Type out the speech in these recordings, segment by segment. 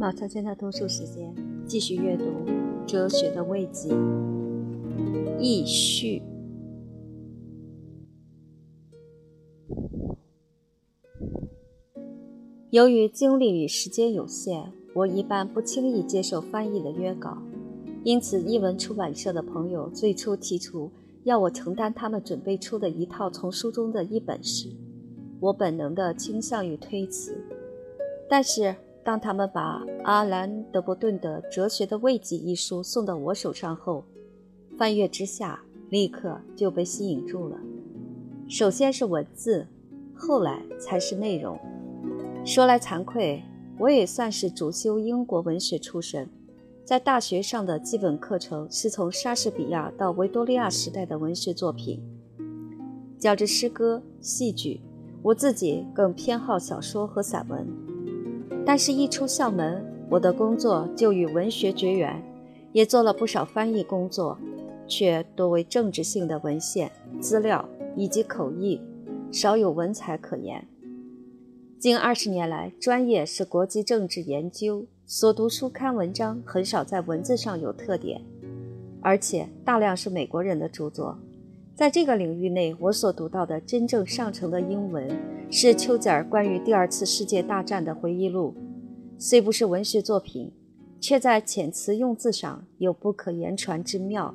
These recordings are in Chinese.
马超圈的读书时间，继续阅读《哲学的慰藉》译序。由于精力与时间有限，我一般不轻易接受翻译的约稿，因此译文出版社的朋友最初提出要我承担他们准备出的一套从书中的译本时，我本能地倾向于推辞。但是当他们把阿兰·德伯顿的《哲学的慰藉》一书送到我手上后，翻阅之下立刻就被吸引住了。首先是文字，后来才是内容。说来惭愧，我也算是主修英国文学出身，在大学上的基本课程是从莎士比亚到维多利亚时代的文学作品，较之诗歌、戏剧，我自己更偏好小说和散文。但是一出校门，我的工作就与文学绝缘，也做了不少翻译工作，却多为政治性的文献、资料以及口译，少有文采可言。近20年来，专业是国际政治研究，所读书刊文章很少在文字上有特点，而且大量是美国人的著作。在这个领域内，我所读到的真正上乘的英文是丘吉尔关于第2次世界大战的回忆录，虽不是文学作品，却在遣词用字上有不可言传之妙。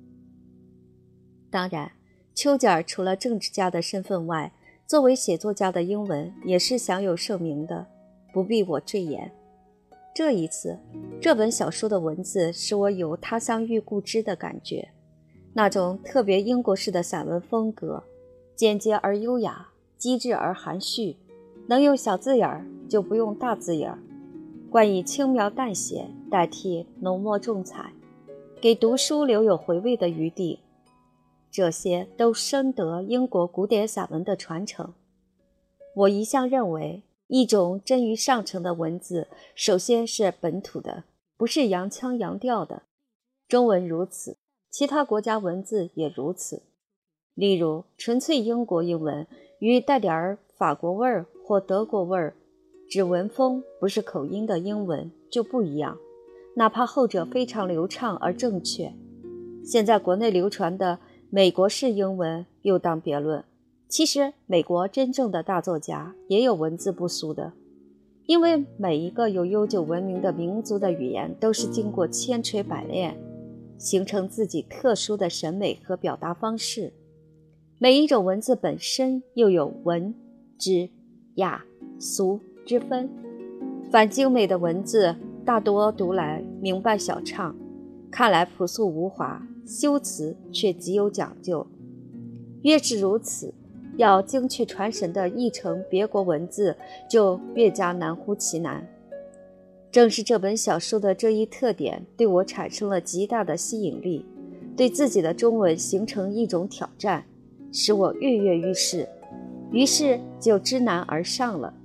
当然，丘吉尔除了政治家的身份外，作为写作家的英文也是享有盛名的，不必我赘言。这一次，这本小说的文字使我有他乡遇故知的感觉，那种特别英国式的散文风格，简洁而优雅，机智而含蓄，能用小字眼儿就不用大字眼儿，惯以轻描淡写代替浓墨重彩，给读书留有回味的余地。这些都深得英国古典散文的传承。我一向认为，一种臻于上乘的文字，首先是本土的，不是洋腔洋调的。中文如此，其他国家文字也如此。例如，纯粹英国英文与带点法国味儿或德国味儿，指文风不是口音的英文就不一样，哪怕后者非常流畅而正确。现在国内流传的美国式英文又当别论，其实美国真正的大作家也有文字不俗的，因为每一个有悠久文明的民族的语言都是经过千锤百炼，形成自己特殊的审美和表达方式。每一种文字本身又有文、质、雅、俗之分，反精美的文字大多读来明白小畅，看来朴素无华，修辞却极有讲究。越是如此，要精确传神地译成别国文字，就越加难乎其难。正是这本小说的这一特点，对我产生了极大的吸引力，对自己的中文形成一种挑战，使我跃跃欲试，于是就知难而上了。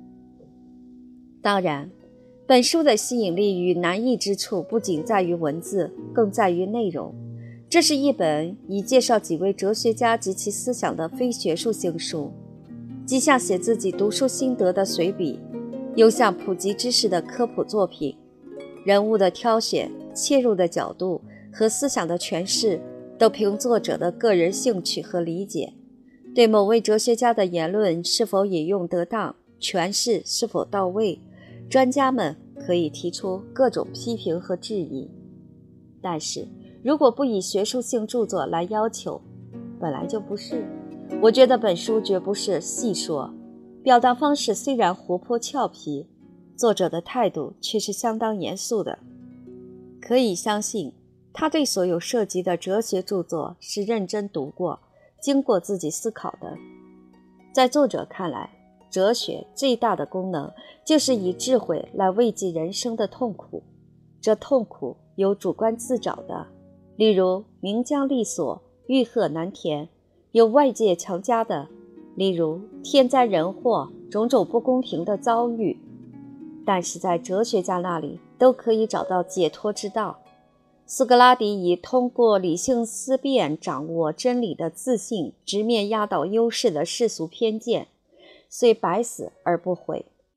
当然，本书的吸引力与难易之处不仅在于文字，更在于内容。这是一本以介绍几位哲学家及其思想的非学术性书，既像写自己读书心得的随笔，又像普及知识的科普作品。人物的挑选、切入的角度和思想的诠释，都凭作者的个人兴趣和理解。对某位哲学家的言论是否引用得当，诠释是否到位，专家们可以提出各种批评和质疑。但是如果不以学术性著作来要求，本来就不是。我觉得本书绝不是戏说，表达方式虽然活泼俏皮，作者的态度却是相当严肃的。可以相信，他对所有涉及的哲学著作是认真读过，经过自己思考的。在作者看来，哲学最大的功能就是以智慧来慰藉人生的痛苦，这痛苦有主观自找的，例如名将利索，欲壑难填；有外界强加的，例如天灾人祸，种种不公平的遭遇。但是在哲学家那里都可以找到解脱之道。苏格拉底以通过理性思辨掌握真理的自信，直面压倒优势的世俗偏见，虽百死而不悔。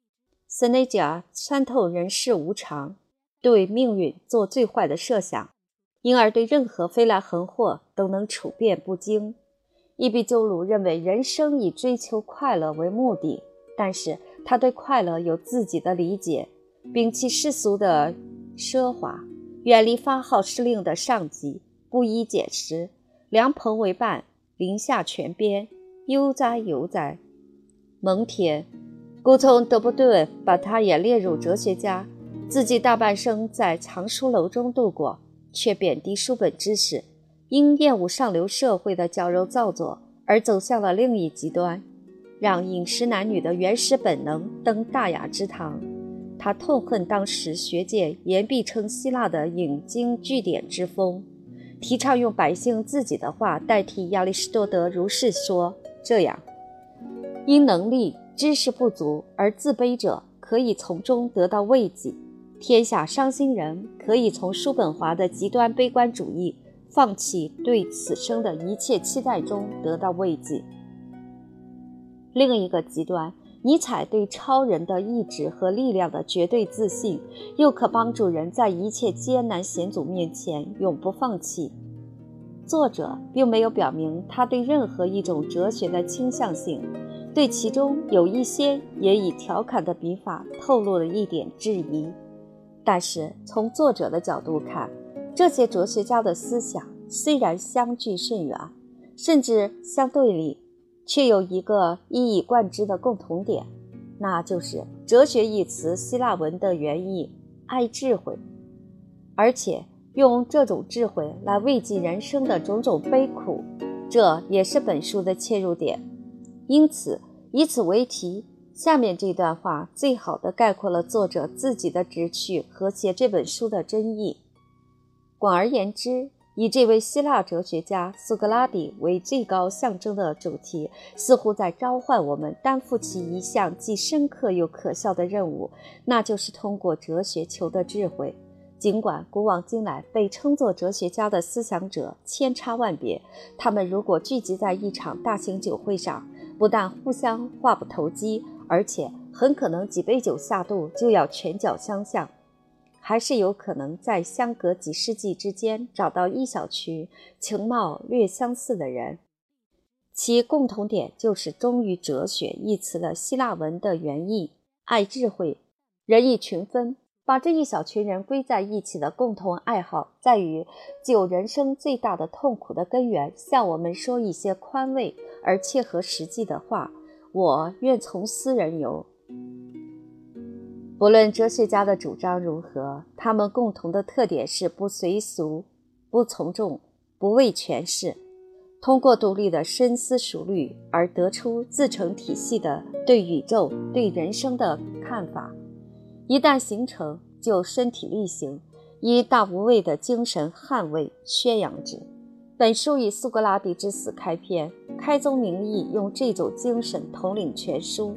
塞内加参透人世无常，对命运做最坏的设想，因而对任何飞来横祸都能处变不惊。伊壁鸠鲁认为人生以追求快乐为目的，但是他对快乐有自己的理解，摒弃世俗的奢华，远离发号施令的上级，不衣简食，良朋为伴，林下泉边，悠哉悠哉。蒙恬，古从德布顿把他也列入哲学家，自己大半生在藏书楼中度过，却贬低书本知识，因厌恶上流社会的矫揉造作而走向了另一极端，让饮食男女的原始本能登大雅之堂。他痛恨当时学界言必称希腊的引经据典之风，提倡用百姓自己的话代替亚里士多德如是说，这样因能力知识不足而自卑者可以从中得到慰藉，天下伤心人可以从叔本华的极端悲观主义放弃对此生的一切期待中得到慰藉。另一个极端，尼采对超人的意志和力量的绝对自信，又可帮助人在一切艰难险阻面前永不放弃。作者并没有表明他对任何一种哲学的倾向性，对其中有一些也以调侃的笔法透露了一点质疑。但是从作者的角度看，这些哲学家的思想虽然相距甚远，甚至相对立，却有一个一以贯之的共同点，那就是哲学一词希腊文的原意爱智慧，而且用这种智慧来慰藉人生的种种悲苦，这也是本书的切入点。因此以此为题，下面这段话最好地概括了作者自己的志趣和写这本书的真意。广而言之，以这位希腊哲学家苏格拉底为最高象征的主题，似乎在召唤我们担负起一项既深刻又可笑的任务，那就是通过哲学求得智慧。尽管古往今来被称作哲学家的思想者千差万别，他们如果聚集在一场大型酒会上，不但互相话不投机，而且很可能几杯酒下肚就要拳脚相向，还是有可能在相隔几世纪之间找到一小群情貌略相似的人，其共同点就是忠于哲学一词的希腊文的原意爱智慧。人以群分，把这一小群人归在一起的共同爱好，在于就人生最大的痛苦的根源向我们说一些宽慰而切合实际的话。我愿从斯人游。不论哲学家的主张如何，他们共同的特点是不随俗，不从众，不为权势，通过独立的深思熟虑而得出自成体系的对宇宙、对人生的看法。一旦形成，就身体力行，以大无畏的精神捍卫宣扬之。本书以苏格拉底之死开篇，开宗明义用这种精神统领全书。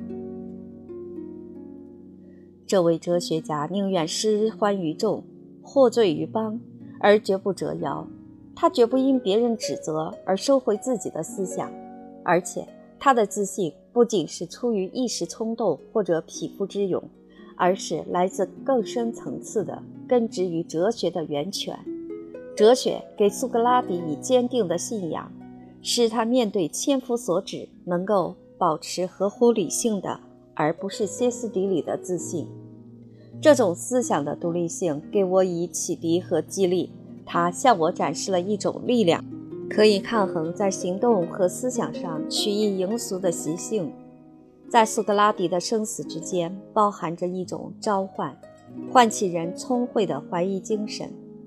这位哲学家宁愿失欢于众，获罪于邦，而绝不折腰。他绝不因别人指责而收回自己的思想，而且他的自信不仅是出于一时冲动或者匹夫之勇，而是来自更深层次的根植于哲学的源泉。哲学给苏格拉底以坚定的信仰，使他面对千夫所指能够保持合乎理性的，而不是歇斯底里的自信。这种思想的独立性给我以启迪和激励，它向我展示了一种力量，可以抗衡在行动和思想上趋意迎俗的习性。在苏格拉底的生死之间包含着一种召唤，唤起人聪慧的怀疑精神。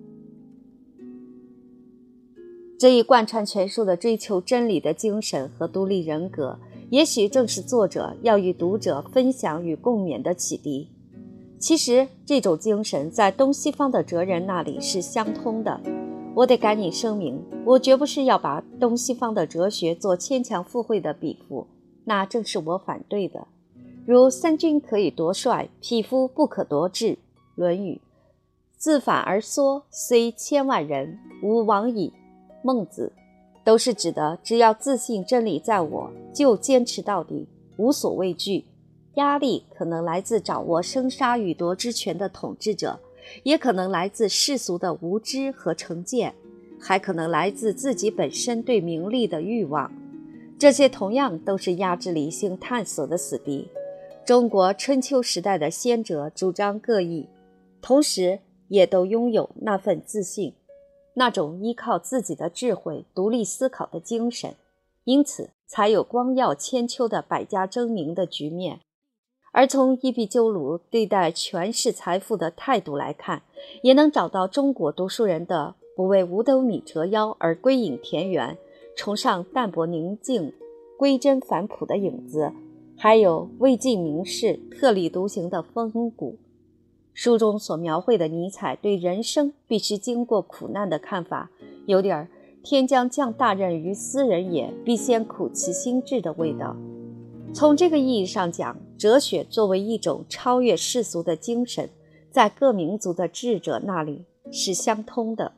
这一贯穿全书的追求真理的精神和独立人格，也许正是作者要与读者分享与共勉的启迪。其实这种精神在东西方的哲人那里是相通的。我得赶紧声明，我绝不是要把东西方的哲学做牵强附会的比附，那正是我反对的。如三军可以夺帅，匹夫不可夺志，论语。自反而缩，虽千万人，吾往矣。孟子，都是指的只要自信真理在我，就坚持到底，无所畏惧。 压力可能来自掌握生杀予夺之权的统治者，也可能来自世俗的无知和成见，还可能来自自己本身对名利的欲望。这些同样都是压制理性探索的死敌。中国春秋时代的先哲主张各异，同时也都拥有那份自信，那种依靠自己的智慧独立思考的精神，因此才有光耀千秋的百家争鸣的局面。而从伊壁鸠鲁对待权势财富的态度来看，也能找到中国读书人的不为五斗米折腰而归隐田园，崇尚淡泊宁静、归真返璞的影子，还有魏晋名士特立独行的风骨。书中所描绘的尼采对人生必须经过苦难的看法，有点天将降大任于斯人也，必先苦其心志的味道。从这个意义上讲，哲学作为一种超越世俗的精神，在各民族的智者那里是相通的。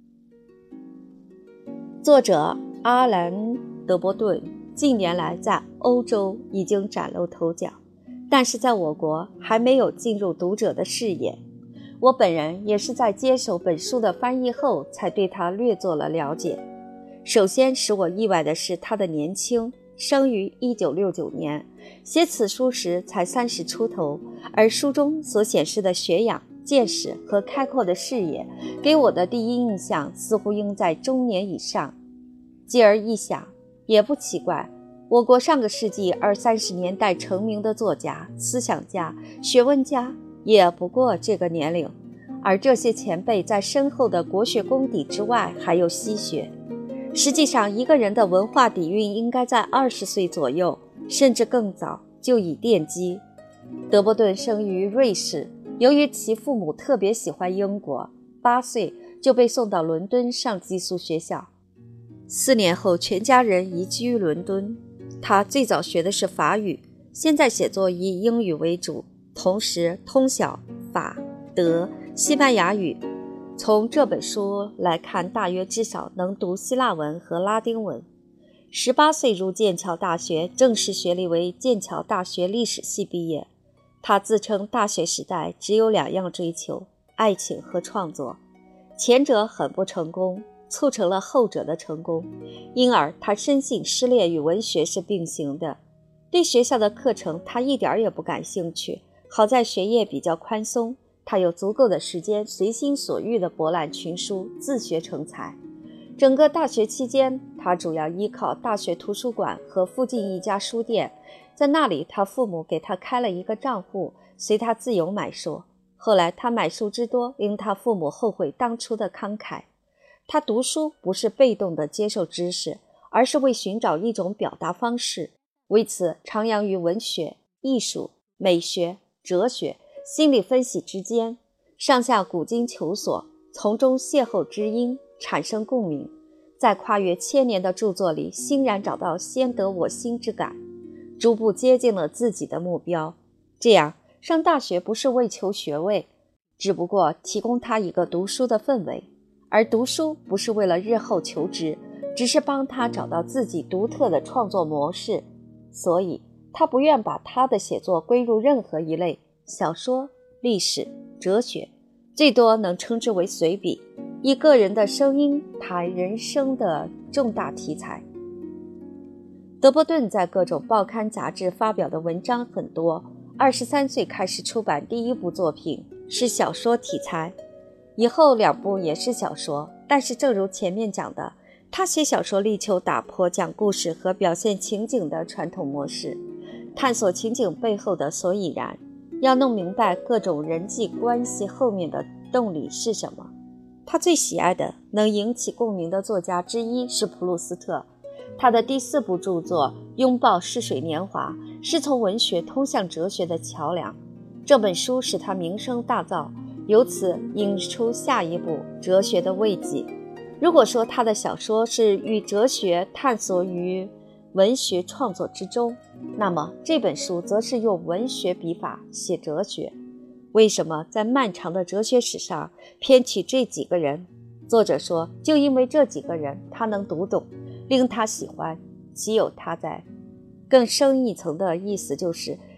作者阿兰·德伯顿近年来在欧洲已经崭露头角，但是在我国还没有进入读者的视野。我本人也是在接手本书的翻译后才对他略做了了解。首先使我意外的是他的年轻，生于1969年，写此书时才30出头，而书中所显示的学养、见识和开阔的视野，给我的第一印象似乎应在中年以上。继而一想，也不奇怪，我国上个世纪20-30年代成名的作家、思想家、学问家也不过这个年龄，而这些前辈在深厚的国学功底之外还有西学。实际上，一个人的文化底蕴应该在20岁左右，甚至更早就已奠基。德伯顿生于瑞士，由于其父母特别喜欢英国，8岁就被送到伦敦上寄宿学校。4年后，全家人移居伦敦。他最早学的是法语，现在写作以英语为主，同时通晓法、德、西班牙语。从这本书来看，大约至少能读希腊文和拉丁文。18岁入剑桥大学，正式学历为剑桥大学历史系毕业。他自称大学时代只有2样追求：爱情和创作。前者很不成功，促成了后者的成功，因而他深信失恋与文学是并行的。对学校的课程他一点也不感兴趣，好在学业比较宽松，他有足够的时间随心所欲地博览群书，自学成才。整个大学期间，他主要依靠大学图书馆和附近一家书店，在那里他父母给他开了一个账户，随他自由买书。后来他买书之多，令他父母后悔当初的慷慨。他读书不是被动地接受知识，而是为寻找一种表达方式，为此徜徉于文学、艺术、美学、哲学、心理分析之间，上下古今求索，从中邂逅知音，产生共鸣，在跨越千年的著作里欣然找到先得我心之感，逐步接近了自己的目标。这样上大学不是为求学位，只不过提供他一个读书的氛围，而读书不是为了日后求职，只是帮他找到自己独特的创作模式。所以他不愿把他的写作归入任何一类，小说、历史、哲学，最多能称之为随笔，以个人的声音谈人生的重大题材。德伯顿在各种报刊杂志发表的文章很多，23岁开始出版第一部作品是小说题材，以后2部也是小说，但是正如前面讲的，他写小说力求打破讲故事和表现情景的传统模式，探索情景背后的所以然，要弄明白各种人际关系后面的动力是什么。他最喜爱的能引起共鸣的作家之一是普鲁斯特，他的第4部著作《拥抱逝水年华》是从文学通向哲学的桥梁，这本书使他名声大噪，由此引出下一部《哲学的慰藉》。如果说他的小说是与哲学探索于文学创作之中，那么这本书则是用文学笔法写哲学。为什么在漫长的哲学史上偏取这几个人？作者说，就因为这几个人他能读懂，令他喜欢，岂有他在。更深一层的意思就是，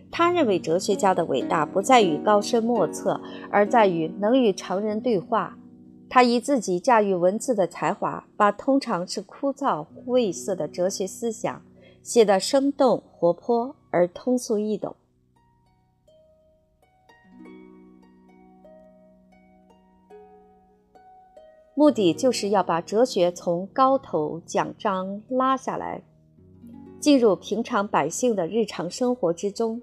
他认为哲学家的伟大不在于高深莫测，而在于能与常人对话。他以自己驾驭文字的才华，把通常是枯燥晦涩的哲学思想写得生动活泼而通俗易懂。目的就是要把哲学从高头奖章拉下来，进入平常百姓的日常生活之中。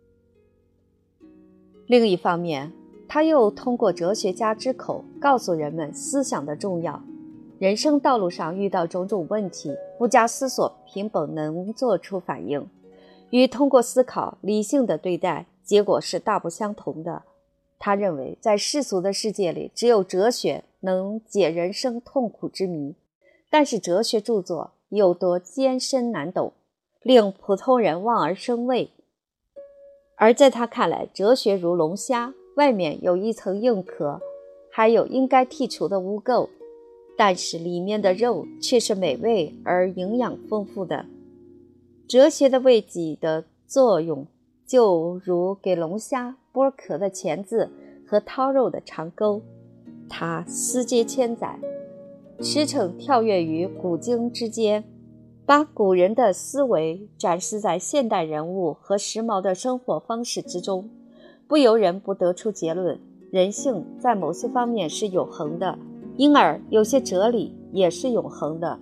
另一方面，他又通过哲学家之口告诉人们思想的重要。人生道路上遇到种种问题，不加思索凭本能做出反应，与通过思考理性的对待，结果是大不相同的。他认为在世俗的世界里，只有哲学能解人生痛苦之谜，但是哲学著作有多艰深难懂，令普通人望而生畏。而在他看来，哲学如龙虾，外面有一层硬壳，还有应该剔除的污垢，但是里面的肉却是美味而营养丰富的。哲学的为己的作用，就如给龙虾剥壳的钳子和掏肉的长钩，它丝接千载，驰骋跳跃于古今之间，把古人的思维展示在现代人物和时髦的生活方式之中，不由人不得出结论，人性在某些方面是永恒的，因而有些哲理也是永恒的。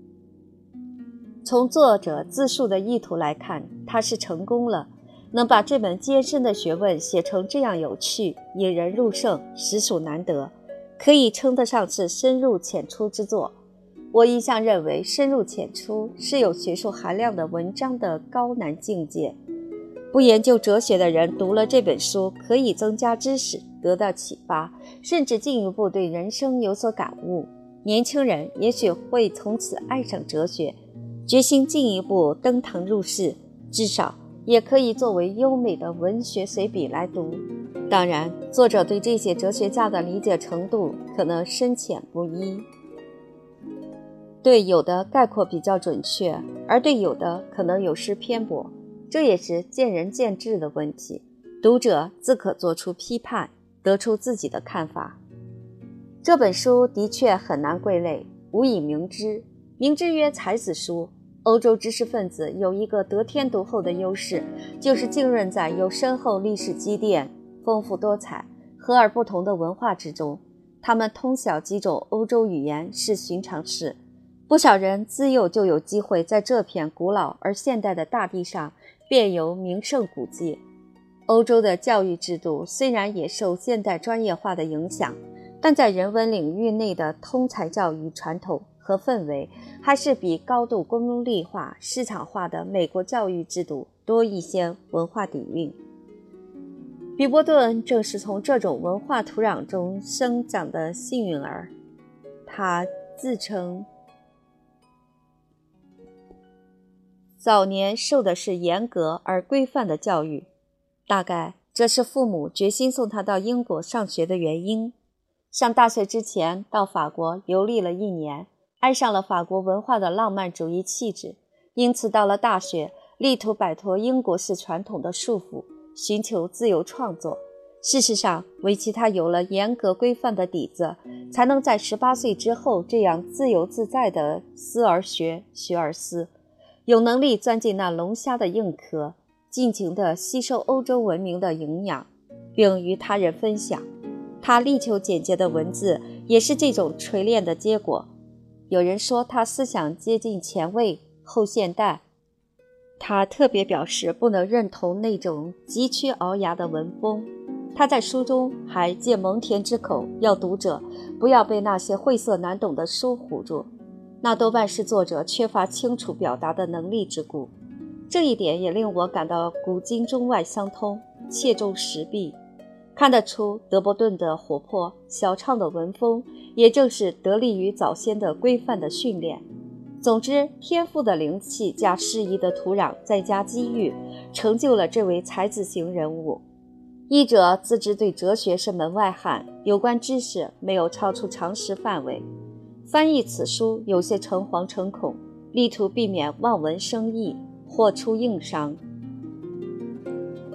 从作者自述的意图来看，他是成功了，能把这门艰深的学问写成这样有趣，引人入胜，实属难得，可以称得上是深入浅出之作。我一向认为深入浅出是有学术含量的文章的高难境界。不研究哲学的人读了这本书，可以增加知识，得到启发，甚至进一步对人生有所感悟。年轻人也许会从此爱上哲学，决心进一步登堂入室，至少也可以作为优美的文学随笔来读。当然，作者对这些哲学家的理解程度可能深浅不一，对有的概括比较准确，而对有的可能有失偏颇，这也是见仁见智的问题，读者自可做出批判，得出自己的看法。这本书的确很难归类，无以明之。名之曰才子书。欧洲知识分子有一个得天独厚的优势，就是浸润在有深厚历史积淀、丰富多彩、和而不同的文化之中。他们通晓几种欧洲语言是寻常事。不少人自幼就有机会在这片古老而现代的大地上遍游名胜古迹。欧洲的教育制度虽然也受现代专业化的影响，但在人文领域内的通才教育传统和氛围还是比高度功利化、市场化的美国教育制度多一些文化底蕴。比伯顿正是从这种文化土壤中生长的幸运儿。他自称早年受的是严格而规范的教育，大概这是父母决心送他到英国上学的原因。上大学之前到法国游历了1年，爱上了法国文化的浪漫主义气质，因此到了大学，力图摆脱英国式传统的束缚，寻求自由创作。事实上，为其他有了严格规范的底子，才能在18岁之后这样自由自在地思而学，学而思，有能力钻进那龙虾的硬壳，尽情地吸收欧洲文明的营养，并与他人分享。他力求简洁的文字也是这种锤炼的结果。有人说他思想接近前卫、后现代，他特别表示不能认同那种急趋鳌牙的文风。他在书中还借蒙恬之口，要读者不要被那些晦涩难懂的书唬住，那多半是作者缺乏清楚表达的能力之故。这一点也令我感到古今中外相通，切中时弊。看得出德伯顿的活泼小畅的文风，也正是得力于早先的规范的训练。总之，天赋的灵气加适宜的土壤再加机遇，成就了这位才子型人物。译者自知对哲学是门外汉，有关知识没有超出常识范围，翻译此书有些诚惶诚恐，力图避免望文生义，或出硬伤。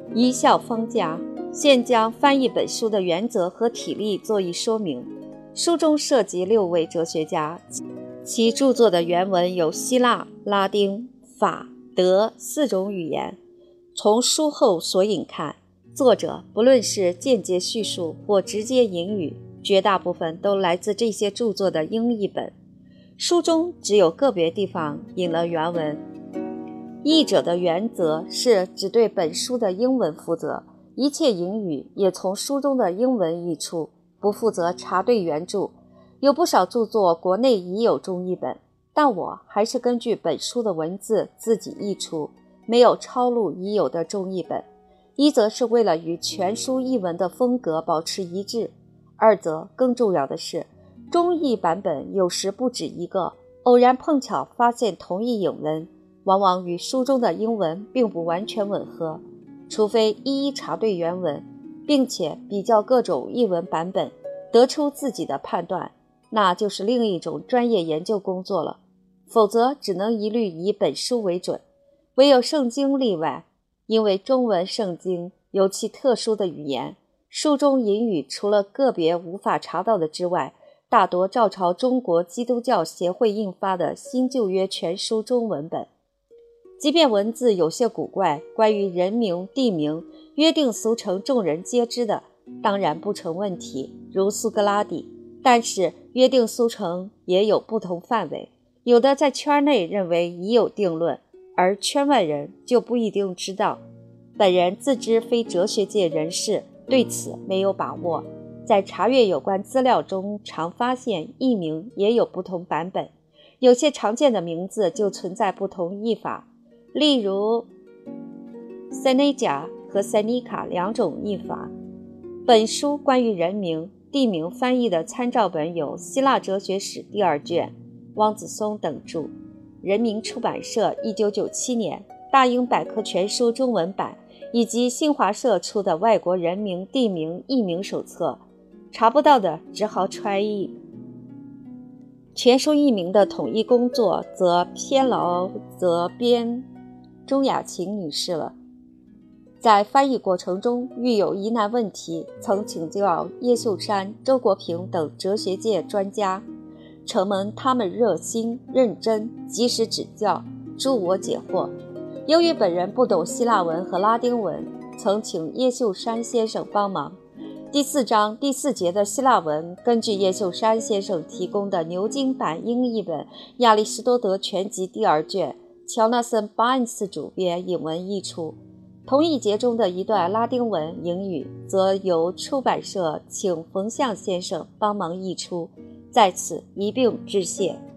一校方家，现将翻译本书的原则和体例作一说明。书中涉及6位哲学家，其著作的原文有希腊、拉丁、法、德4种语言。从书后索引看，作者不论是间接叙述或直接引语，绝大部分都来自这些著作的英译本。书中只有个别地方引了原文。译者的原则是只对本书的英文负责，一切引语也从书中的英文译出，不负责查对原著。有不少著作国内已有中译本，但我还是根据本书的文字自己译出，没有抄录已有的中译本。一则是为了与全书译文的风格保持一致，二则更重要的是，中译版本有时不止一个，偶然碰巧发现同一引文，往往与书中的英文并不完全吻合，除非一一查对原文，并且比较各种译文版本，得出自己的判断，那就是另一种专业研究工作了，否则只能一律以本书为准。唯有圣经例外，因为中文圣经有其特殊的语言，书中引语除了个别无法查到的之外，大多照抄中国基督教协会印发的新旧约全书中文本。即便文字有些古怪，关于人名、地名约定俗成众人皆知的，当然不成问题，如苏格拉底，但是约定俗成也有不同范围，有的在圈内认为已有定论，而圈外人就不一定知道。本人自知非哲学界人士，对此没有把握。在查阅有关资料中，常发现译名也有不同版本，有些常见的名字就存在不同译法，例如塞内贾和塞尼卡2种译法。本书关于人名、地名翻译的参照本有《希腊哲学史》第2卷，汪子松等著，人民出版社1997年大英百科全书中文版，以及新华社出的外国人名、地名译名手册。查不到的只好揣译。全书译名的统一工作则偏劳责编钟雅琴女士了。在翻译过程中遇有疑难问题，曾请教叶秀山、周国平等哲学界专家，承蒙他们热心认真，及时指教，助我解惑。由于本人不懂希腊文和拉丁文，曾请叶秀山先生帮忙。第4章第4节的希腊文，根据叶秀山先生提供的牛津版英译本《亚里士多德全集》第2卷，乔纳森·巴恩斯主编引文译出。同一节中的一段拉丁文引语，则由出版社请冯象先生帮忙译出，在此一并致谢。